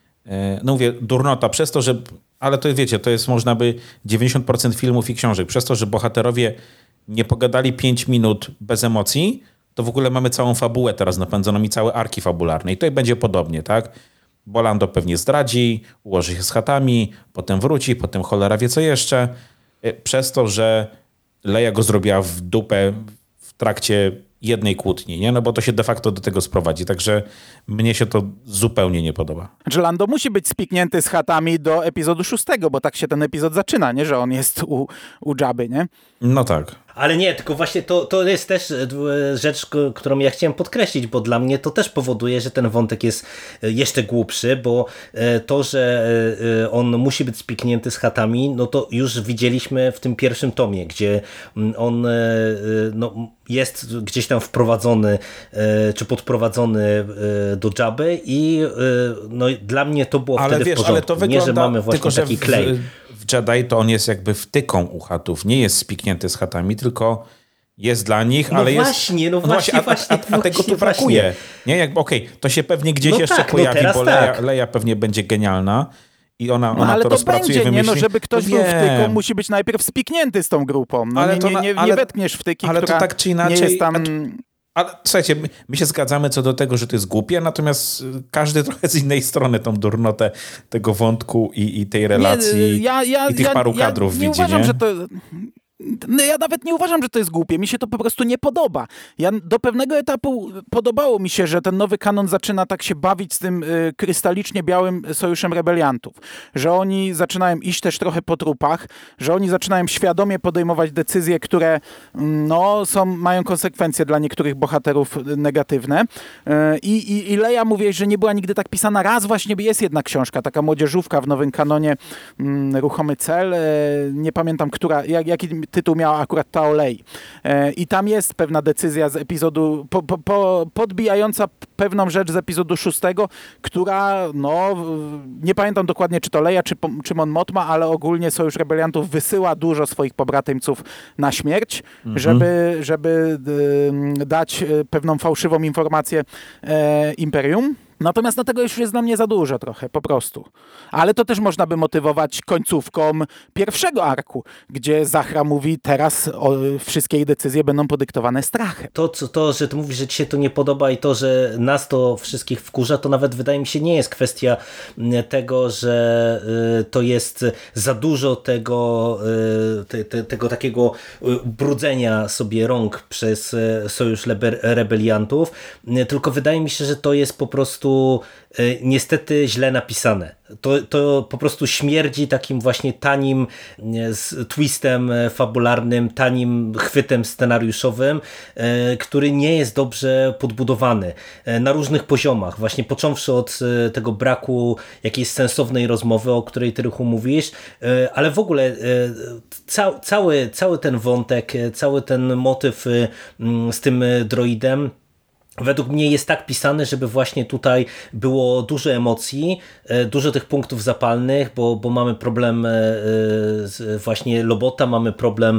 no mówię, durnota, przez to, że, ale to wiecie, to jest można by dziewięćdziesiąt procent filmów i książek, przez to, że bohaterowie nie pogadali pięć minut bez emocji, to w ogóle mamy całą fabułę teraz napędzoną i całe arki fabularne. I tutaj będzie podobnie, tak? Bo Lando pewnie zdradzi, ułoży się z chatami, potem wróci, potem cholera wie co jeszcze. Przez to, że Leia go zrobiła w dupę w trakcie jednej kłótni, nie? No bo to się de facto do tego sprowadzi. Także mnie się to zupełnie nie podoba. Że Lando musi być spiknięty z chatami do epizodu szóstego, bo tak się ten epizod zaczyna, nie? Że on jest u, u Jabby, nie? No tak. Ale nie, tylko właśnie to, to jest też rzecz, którą ja chciałem podkreślić, bo dla mnie to też powoduje, że ten wątek jest jeszcze głupszy, bo to, że on musi być spiknięty z chatami, no to już widzieliśmy w tym pierwszym tomie, gdzie on no, jest gdzieś tam wprowadzony czy podprowadzony do Jabby i no, dla mnie to było ale wtedy wiesz, w porządku. Ale to wygląda, nie, że mamy właśnie tylko, że taki w, klej. W Jedi to on jest jakby wtyką u chatów, nie jest spiknięty z chatami, tylko jest dla nich, no ale właśnie, jest... No właśnie, no właśnie, a, a, a, a tego tu właśnie, brakuje. właśnie. Nie, jakby okej, okay, to się pewnie gdzieś no jeszcze tak, pojawi, no bo Leia, tak. Leia pewnie będzie genialna i ona, no, ona ale to to rozpracuje, będzie, wymyśli. nie? No, żeby ktoś no, był wtyką, musi być najpierw spiknięty z tą grupą. No, ale nie, to nie, na, nie, ale, nie wetkniesz wtyki, ale która to tak czy inaczej, nie jest tam... Ale słuchajcie, my, my się zgadzamy co do tego, że to jest głupie, natomiast każdy trochę z innej strony tą durnotę tego wątku i, i tej relacji nie, ja, ja, i tych ja, paru ja kadrów nie widzi, uważam, nie? że to... No ja nawet nie uważam, że to jest głupie. Mi się to po prostu nie podoba. Ja do pewnego etapu podobało mi się, że ten nowy kanon zaczyna tak się bawić z tym y, krystalicznie białym sojuszem rebeliantów. Że oni zaczynają iść też trochę po trupach, że oni zaczynają świadomie podejmować decyzje, które no, są, mają konsekwencje dla niektórych bohaterów negatywne. Y, i, I Leia, mówię, że nie była nigdy tak pisana. Raz właśnie jest jedna książka, taka młodzieżówka w nowym kanonie, y, Ruchomy cel. Y, nie pamiętam, która, jak, jaki tytuł miała akurat ta o Lei. I tam jest pewna decyzja z epizodu, po, po, po, podbijająca pewną rzecz z epizodu szóstego, która, no, nie pamiętam dokładnie, czy to Leia, czy, czy Mon Mothma, ale ogólnie Sojusz Rebeliantów wysyła dużo swoich pobratyńców na śmierć, mhm. żeby, żeby y, dać pewną fałszywą informację e, Imperium. Natomiast no, tego już jest dla mnie za dużo trochę, po prostu. Ale to też można by motywować końcówką pierwszego arku, gdzie Zahra mówi, teraz o, wszystkie jej decyzje będą podyktowane strachem. To, co, to, że ty mówisz, że ci się to nie podoba i to, że nas to wszystkich wkurza, to nawet wydaje mi się nie jest kwestia tego, że y, to jest za dużo tego, y, te, te, tego takiego brudzenia sobie rąk przez Sojusz Rebeliantów, y, tylko wydaje mi się, że to jest po prostu niestety źle napisane. To, to po prostu śmierdzi takim właśnie tanim z twistem fabularnym, tanim chwytem scenariuszowym, który nie jest dobrze podbudowany na różnych poziomach. Właśnie począwszy od tego braku jakiejś sensownej rozmowy, o której ty, Rychu, mówisz, ale w ogóle ca, cały, cały ten wątek, cały ten motyw z tym droidem według mnie jest tak pisany, żeby właśnie tutaj było dużo emocji, dużo tych punktów zapalnych, bo, bo mamy problem z właśnie Lobota, mamy problem,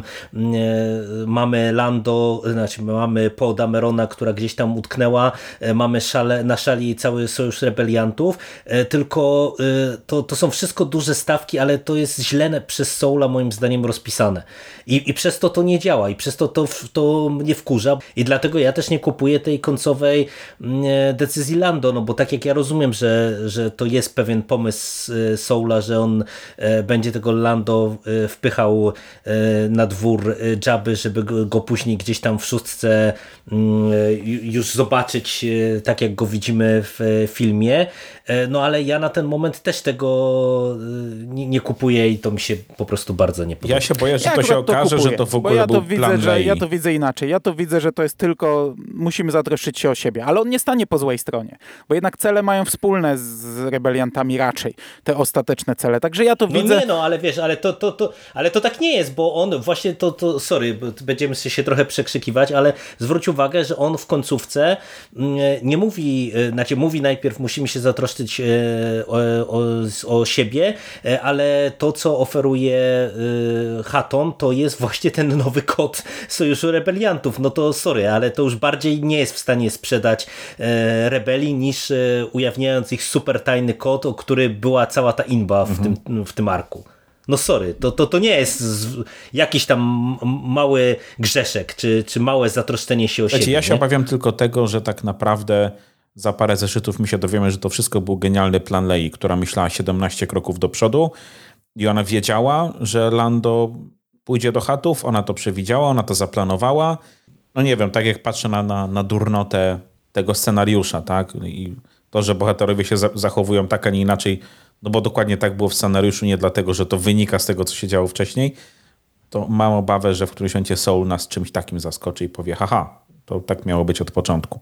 mamy Lando, znaczy mamy Poe Damerona, która gdzieś tam utknęła, mamy szale, na szali cały Sojusz Rebeliantów, tylko to, to są wszystko duże stawki, ale to jest źle przez Soula moim zdaniem rozpisane. I, i przez to to nie działa i przez to to, to mnie wkurza i dlatego ja też nie kupuję tej koncepcji końcowej decyzji Lando, no bo tak jak ja rozumiem, że, że to jest pewien pomysł Soula, że on będzie tego Lando wpychał na dwór Jabby, żeby go później gdzieś tam w szóstce już zobaczyć tak jak go widzimy w filmie, no ale ja na ten moment też tego nie, nie kupuję i to mi się po prostu bardzo nie podoba. Ja się boję, że Ja to się okaże, to kupuję, że to w ogóle bo ja to był widzę, plan że Rey. Ja to widzę inaczej. Ja to widzę, że to jest tylko, musimy zatroszczyć się o siebie, ale on nie stanie po złej stronie, bo jednak cele mają wspólne z rebeliantami raczej, te ostateczne cele. Także ja to no widzę. Nie no, ale wiesz, ale to, to, to, ale to tak nie jest, bo on właśnie to, to sorry, będziemy się trochę przekrzykiwać, ale zwróć uwagę, że on w końcówce nie mówi, znaczy mówi najpierw musimy się zatroszczyć o, o, o siebie, ale to, co oferuje Haton, to jest właśnie ten nowy kod Sojuszu Rebeliantów. No to sorry, ale to już bardziej nie jest w stanie sprzedać rebelii niż ujawniając ich super tajny kod, o który była cała ta inba w, mhm. tym, w tym arku. No sorry, to, to, to nie jest jakiś tam mały grzeszek, czy, czy małe zatroszczenie się o Wiecie, siebie. ja się nie? obawiam tylko tego, że tak naprawdę za parę zeszytów my się dowiemy, że to wszystko był genialny plan Lei, która myślała siedemnaście kroków do przodu i ona wiedziała, że Lando pójdzie do chatów, ona to przewidziała, ona to zaplanowała. No nie wiem, tak jak patrzę na, na, na durnotę tego scenariusza, tak? I to, że bohaterowie się za- zachowują tak, a nie inaczej, no bo dokładnie tak było w scenariuszu, nie dlatego, że to wynika z tego, co się działo wcześniej, to mam obawę, że w którymś momencie Soul nas czymś takim zaskoczy i powie, haha, to tak miało być od początku.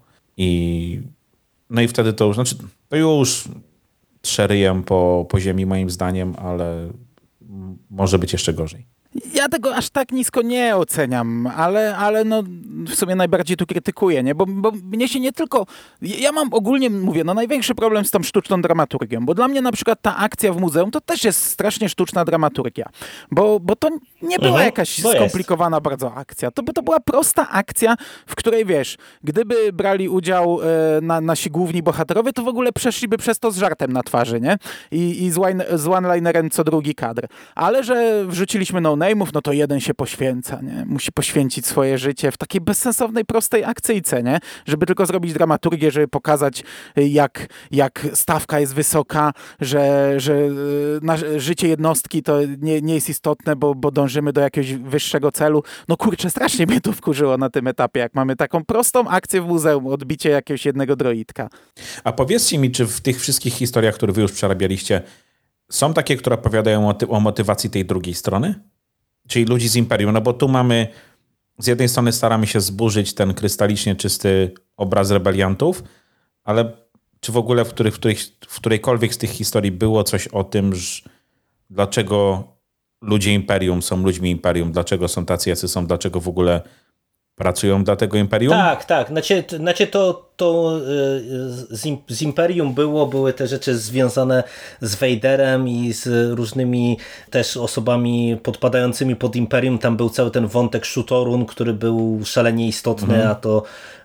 I no i wtedy to już, znaczy to już trzeryjem po, po ziemi moim zdaniem, ale może być jeszcze gorzej. Ja tego aż tak nisko nie oceniam, ale, ale no w sumie najbardziej tu krytykuję, nie? Bo, bo mnie się nie tylko... Ja mam ogólnie, mówię, no największy problem z tą sztuczną dramaturgią, bo dla mnie na przykład ta akcja w muzeum to też jest strasznie sztuczna dramaturgia, bo, bo to nie była Mhm, jakaś bo skomplikowana jest. bardzo akcja. To, to była prosta akcja, w której wiesz, gdyby brali udział e, na, nasi główni bohaterowie, to w ogóle przeszliby przez to z żartem na twarzy, nie? I, i z, one, z one-linerem co drugi kadr. Ale że wrzuciliśmy no name'ów, no to jeden się poświęca, nie? Musi poświęcić swoje życie w takiej bezsensownej, prostej akcyjce, nie? Żeby tylko zrobić dramaturgię, żeby pokazać, jak, jak stawka jest wysoka, że, że nasze życie jednostki to nie, nie jest istotne, bo, bo dążymy do jakiegoś wyższego celu. No kurczę, strasznie mnie to wkurzyło na tym etapie, jak mamy taką prostą akcję w muzeum, odbicie jakiegoś jednego droidka. A powiedzcie mi, czy w tych wszystkich historiach, które wy już przerabialiście, są takie, które opowiadają o, ty- o motywacji tej drugiej strony? Czyli ludzi z Imperium, no bo tu mamy, z jednej strony staramy się zburzyć ten krystalicznie czysty obraz rebeliantów, ale czy w ogóle w, których, w, których, w którejkolwiek z tych historii było coś o tym, że dlaczego ludzie Imperium są ludźmi Imperium, dlaczego są tacy, jacy są, dlaczego w ogóle pracują dla tego Imperium? Tak, tak. Znaczy, znaczy to, to z, z Imperium było, były te rzeczy związane z Vaderem i z różnymi też osobami podpadającymi pod Imperium. Tam był cały ten wątek Shutorun, który był szalenie istotny, mhm. a to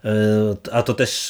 a to też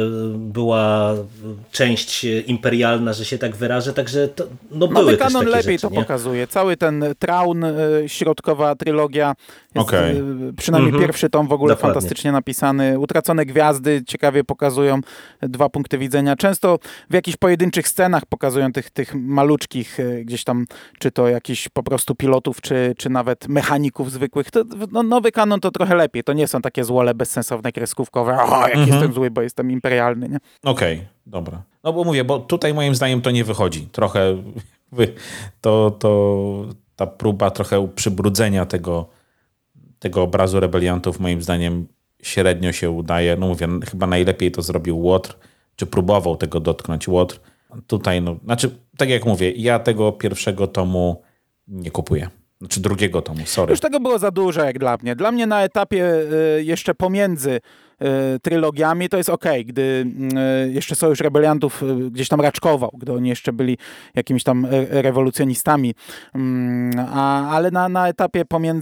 była część imperialna, że się tak wyrażę, także to, no były Nowy też kanon takie lepiej rzeczy, to nie? pokazuje. Cały ten Traun, środkowa trylogia, jest, Okay. przynajmniej mhm. pierwszy tom w ogóle Dokładnie. fantastycznie napisany. Utracone gwiazdy ciekawie pokazują dwa punkty widzenia. Często w jakichś pojedynczych scenach pokazują tych, tych maluczkich gdzieś tam, czy to jakichś po prostu pilotów, czy, czy nawet mechaników zwykłych. To, no, nowy kanon to trochę lepiej. To nie są takie złole, bezsensowne, kreskówkowe. Aha, jak mhm. jestem zły, bo jestem imperialny, nie? Okej, okay, dobra. No bo mówię, bo tutaj moim zdaniem to nie wychodzi. Trochę to, to ta próba trochę przybrudzenia tego, tego obrazu rebeliantów moim zdaniem średnio się udaje. No mówię, chyba najlepiej to zrobił Łotr, czy próbował tego dotknąć Łotr. Tutaj, no, znaczy, tak jak mówię, ja tego pierwszego tomu nie kupuję. Znaczy drugiego tomu, sorry. Już tego było za dużo jak dla mnie. Dla mnie na etapie y, jeszcze pomiędzy y, trylogiami to jest okej, okay, gdy y, jeszcze Sojusz Rebeliantów y, gdzieś tam raczkował, gdy oni jeszcze byli jakimiś tam rewolucjonistami. Mm, a, ale na, na etapie pomiędzy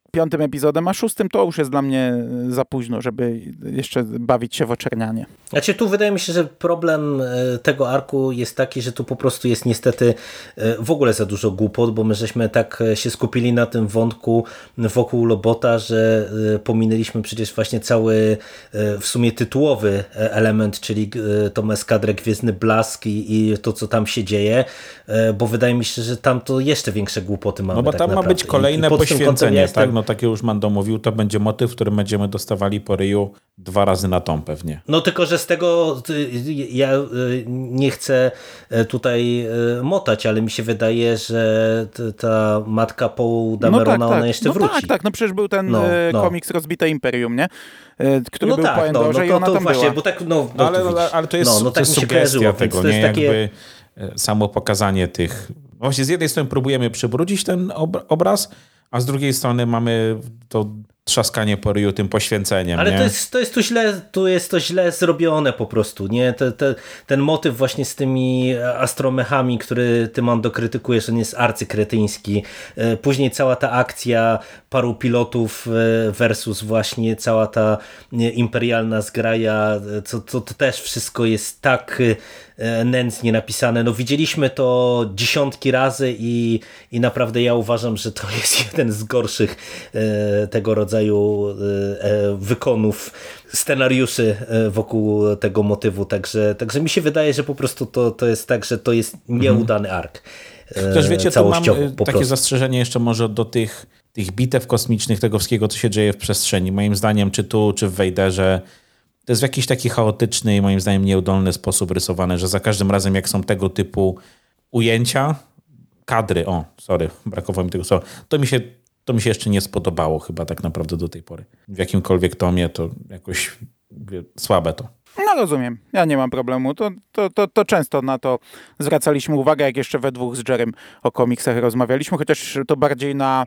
piątym epizodem, a szóstym to już jest dla mnie za późno, żeby jeszcze bawić się w oczernianie. Znaczy tu wydaje mi się, że problem tego arku jest taki, że tu po prostu jest niestety w ogóle za dużo głupot, bo my żeśmy tak się skupili na tym wątku wokół Lobota, że pominęliśmy przecież właśnie cały w sumie tytułowy element, czyli tą eskadrę Gwiezdny Blask i, i to, co tam się dzieje, bo wydaje mi się, że tam to jeszcze większe głupoty mamy. No bo tak tam naprawdę. ma być kolejne poświęcenie, jestem... tak? No tak jak już Mando mówił, to będzie motyw, który będziemy dostawali po ryju dwa razy na tą pewnie. No tylko, że z tego ja nie chcę tutaj motać, ale mi się wydaje, że ta matka Poe Damerona, no tak, tak. ona jeszcze no wróci. Tak, tak, no przecież był ten no, no. komiks Rozbite Imperium, nie? Który no był tak, po Endorze no, no, i to, ona to tam właśnie, była. Bo tak, no, no, ale, ale, ale to jest, no, no, to tak jest mi się sugestia kojarzyło, tego, to jest nie? takie... Jakby samo pokazanie tych... Właśnie z jednej strony próbujemy przybrudzić ten obraz, a z drugiej strony mamy to trzaskanie po ryju tym poświęceniem. Ale nie? to jest, to jest tu źle, tu jest to źle zrobione po prostu, nie? Te, te, ten motyw właśnie z tymi astromechami, który ty, Mando, krytykujesz, on jest arcykretyński. Później cała ta akcja paru pilotów versus właśnie cała ta imperialna zgraja, to, to, to też wszystko jest tak nędznie napisane. No widzieliśmy to dziesiątki razy i, i naprawdę ja uważam, że to jest jeden z gorszych e, tego rodzaju e, wykonów scenariuszy wokół tego motywu. Także, także mi się wydaje, że po prostu to, to jest tak, że to jest nieudany ark. E, Też wiecie, tu mam takie prostu. zastrzeżenie jeszcze może do tych, tych bitew kosmicznych, tego wszystkiego, co się dzieje w przestrzeni. Moim zdaniem, czy tu, czy w Vaderze, to jest w jakiś taki chaotyczny i moim zdaniem nieudolny sposób rysowane, że za każdym razem jak są tego typu ujęcia, kadry, o, sorry, brakowało mi tego słowa, to mi się, to mi się jeszcze nie spodobało chyba tak naprawdę do tej pory. W jakimkolwiek tomie to jakoś wie, słabe to. No rozumiem, ja nie mam problemu. To, to, to, to często na to zwracaliśmy uwagę, jak jeszcze we dwóch z Jerem o komiksach rozmawialiśmy, chociaż to bardziej na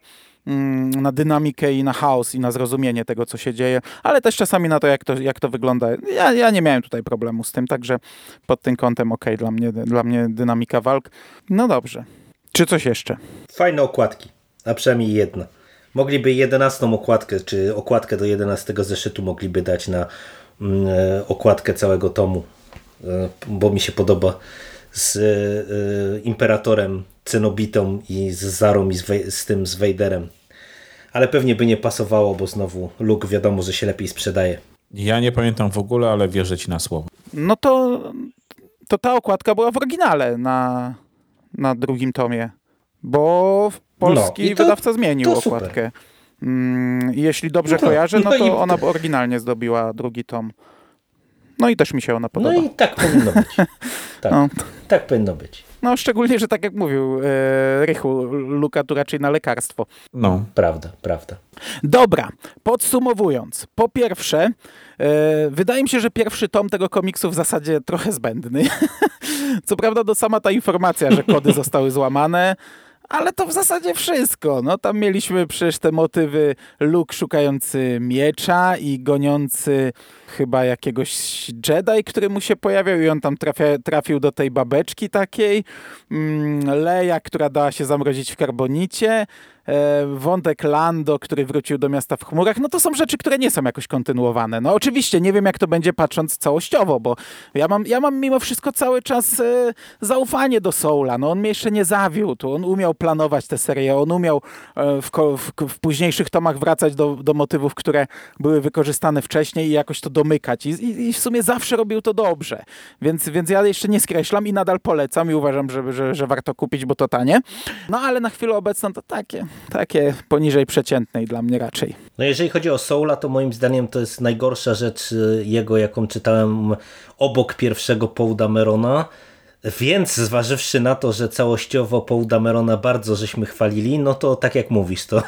na dynamikę i na chaos i na zrozumienie tego, co się dzieje, ale też czasami na to, jak to, jak to wygląda. Ja, ja nie miałem tutaj problemu z tym, także pod tym kątem okej, dla mnie, dla mnie dynamika walk. No dobrze. Czy coś jeszcze? Fajne okładki, a przynajmniej jedna. Mogliby jedenastą okładkę, czy okładkę do jedenastego zeszytu mogliby dać na mm, okładkę całego tomu, bo mi się podoba z y, Imperatorem, Cenobitą i z Zarą i z, Wej- z tym z Vaderem. Ale pewnie by nie pasowało, bo znowu Luke wiadomo, że się lepiej sprzedaje. Ja nie pamiętam w ogóle, ale wierzę ci na słowo. No to, to ta okładka była w oryginale na, na drugim tomie, bo polski no, to, wydawca zmienił to okładkę. Mm, jeśli dobrze no, kojarzę, no no to i... ona oryginalnie zdobiła drugi tom. No i też mi się ona podoba. No i tak powinno być. Tak, no. tak powinno być. No szczególnie, że tak jak mówił e, Rychu, Luka tu raczej na lekarstwo. No. Prawda, prawda. Dobra, podsumowując. Po pierwsze, e, wydaje mi się, że pierwszy tom tego komiksu w zasadzie trochę zbędny. Co prawda to sama ta informacja, że kody zostały złamane, ale to w zasadzie wszystko. No tam mieliśmy przecież te motywy Luke szukający miecza i goniący chyba jakiegoś Jedi, który mu się pojawiał i on tam trafia, trafił do tej babeczki takiej. Leia, która dała się zamrozić w karbonicie. Wątek Lando, który wrócił do miasta w chmurach, no to są rzeczy, które nie są jakoś kontynuowane. No oczywiście nie wiem, jak to będzie patrząc całościowo, bo ja mam, ja mam mimo wszystko cały czas e, zaufanie do Soula. No on mnie jeszcze nie zawiódł, on umiał planować tę serię, on umiał e, w, w, w późniejszych tomach wracać do, do motywów, które były wykorzystane wcześniej i jakoś to domykać. I, i, i w sumie zawsze robił to dobrze. Więc, więc ja jeszcze nie skreślam i nadal polecam i uważam, że, że, że warto kupić, bo to tanie. No ale na chwilę obecną to takie... Takie poniżej przeciętnej dla mnie raczej. No jeżeli chodzi o Soula, to moim zdaniem to jest najgorsza rzecz jego, jaką czytałem obok pierwszego Poe Damerona. Więc zważywszy na to, że całościowo Poe Damerona bardzo żeśmy chwalili, no to tak jak mówisz, to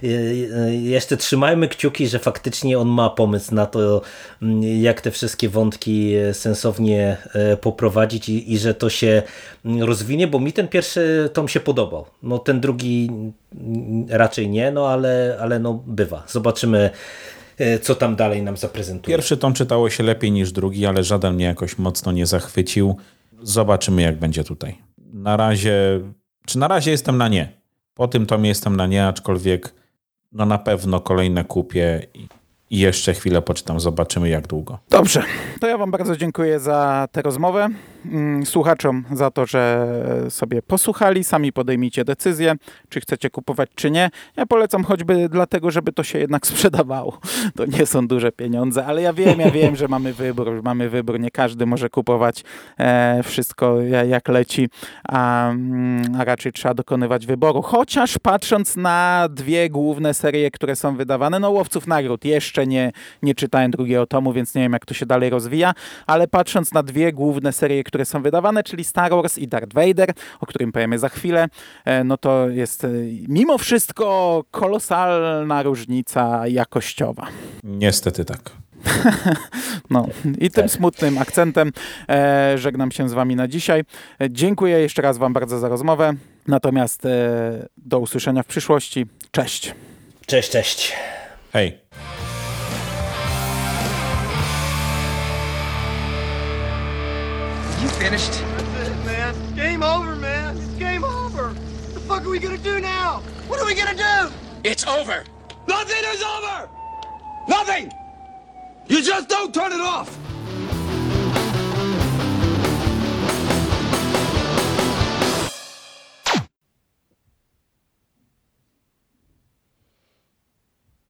jeszcze trzymajmy kciuki, że faktycznie on ma pomysł na to, jak te wszystkie wątki sensownie poprowadzić i, i że to się rozwinie, bo mi ten pierwszy tom się podobał. No ten drugi raczej nie, no ale, ale no bywa. Zobaczymy, co tam dalej nam zaprezentuje. Pierwszy tom czytało się lepiej niż drugi, ale żaden mnie jakoś mocno nie zachwycił. Zobaczymy, jak będzie tutaj. Na razie, czy na razie jestem na nie. Po tym tomie jestem na nie, aczkolwiek no na pewno kolejne kupię i i jeszcze chwilę poczytam, zobaczymy jak długo. Dobrze, to ja wam bardzo dziękuję za tę rozmowę. Słuchaczom za to, że sobie posłuchali, sami podejmijcie decyzję, czy chcecie kupować, czy nie. Ja polecam choćby dlatego, żeby to się jednak sprzedawało. To nie są duże pieniądze, ale ja wiem, ja wiem, że mamy wybór, mamy wybór, nie każdy może kupować e, wszystko jak leci, a, a raczej trzeba dokonywać wyboru. Chociaż patrząc na dwie główne serie, które są wydawane, no Łowców Nagród, jeszcze nie, nie czytałem drugiego tomu, więc nie wiem jak to się dalej rozwija, ale patrząc na dwie główne serie, które są wydawane, czyli Star Wars i Darth Vader, o którym powiemy za chwilę, no to jest mimo wszystko kolosalna różnica jakościowa. Niestety tak. No i tym smutnym akcentem e, żegnam się z wami na dzisiaj. E, dziękuję jeszcze raz wam bardzo za rozmowę. Natomiast e, do usłyszenia w przyszłości. Cześć. Cześć, cześć. Hej. You finished? That's it, man. Game over, man. It's game over. What the fuck are we gonna do now? What are we gonna do? It's over. Nothing is over! Nothing! You just don't turn it off!